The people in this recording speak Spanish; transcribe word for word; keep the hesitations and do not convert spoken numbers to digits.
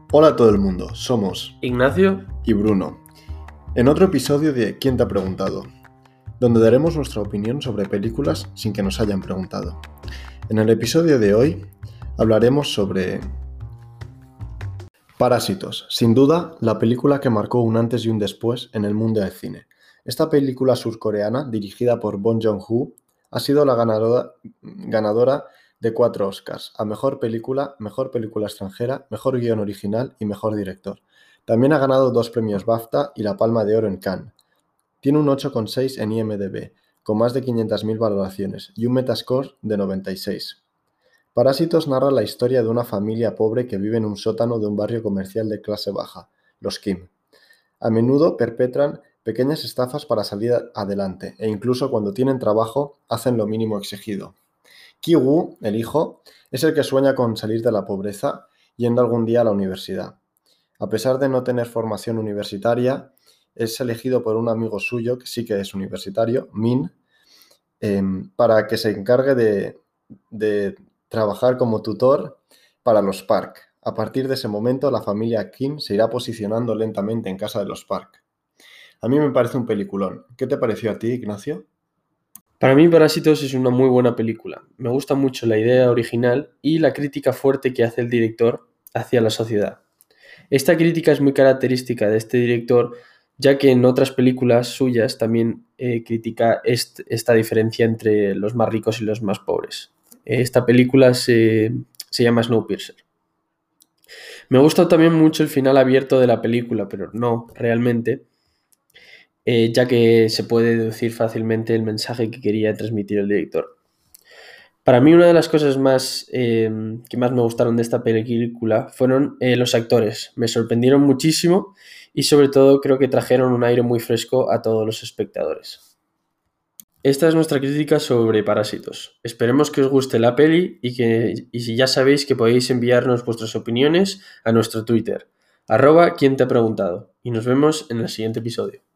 Hola a todo el mundo, somos Ignacio y Bruno, en otro episodio de ¿Quién te ha preguntado?, donde daremos nuestra opinión sobre películas sin que nos hayan preguntado. En el episodio de hoy hablaremos sobre Parásitos, sin duda la película que marcó un antes y un después en el mundo del cine. Esta película surcoreana, dirigida por Bong Joon-ho, ha sido la ganadora, ganadora de cuatro Oscars, a Mejor Película, Mejor Película Extranjera, Mejor Guión Original y Mejor Director. También ha ganado dos premios BAFTA y la Palma de Oro en Cannes. Tiene un ocho coma seis en I M D B, con más de quinientas mil valoraciones y un Metascore de noventa y seis. Parásitos narra la historia de una familia pobre que vive en un sótano de un barrio comercial de clase baja, los Kim. A menudo perpetran pequeñas estafas para salir adelante e incluso cuando tienen trabajo hacen lo mínimo exigido. Ki-woo, el hijo, es el que sueña con salir de la pobreza yendo algún día a la universidad. A pesar de no tener formación universitaria, es elegido por un amigo suyo, que sí que es universitario, Min, eh, para que se encargue de, de trabajar como tutor para los Park. A partir de ese momento, la familia Kim se irá posicionando lentamente en casa de los Park. A mí me parece un peliculón. ¿Qué te pareció a ti, Ignacio? Para mí Parásitos es una muy buena película. Me gusta mucho la idea original y la crítica fuerte que hace el director hacia la sociedad. Esta crítica es muy característica de este director, ya que en otras películas suyas también eh, critica est- esta diferencia entre los más ricos y los más pobres. Esta película se, se llama Snowpiercer. Me gusta también mucho el final abierto de la película, pero no realmente, eh, ya que se puede deducir fácilmente el mensaje que quería transmitir el director. Para mí una de las cosas más eh, que más me gustaron de esta película fueron eh, los actores. Me sorprendieron muchísimo y sobre todo creo que trajeron un aire muy fresco a todos los espectadores. Esta es nuestra crítica sobre Parásitos. Esperemos que os guste la peli y que y si ya sabéis que podéis enviarnos vuestras opiniones a nuestro Twitter, arroba quien te ha preguntado. Y nos vemos en el siguiente episodio.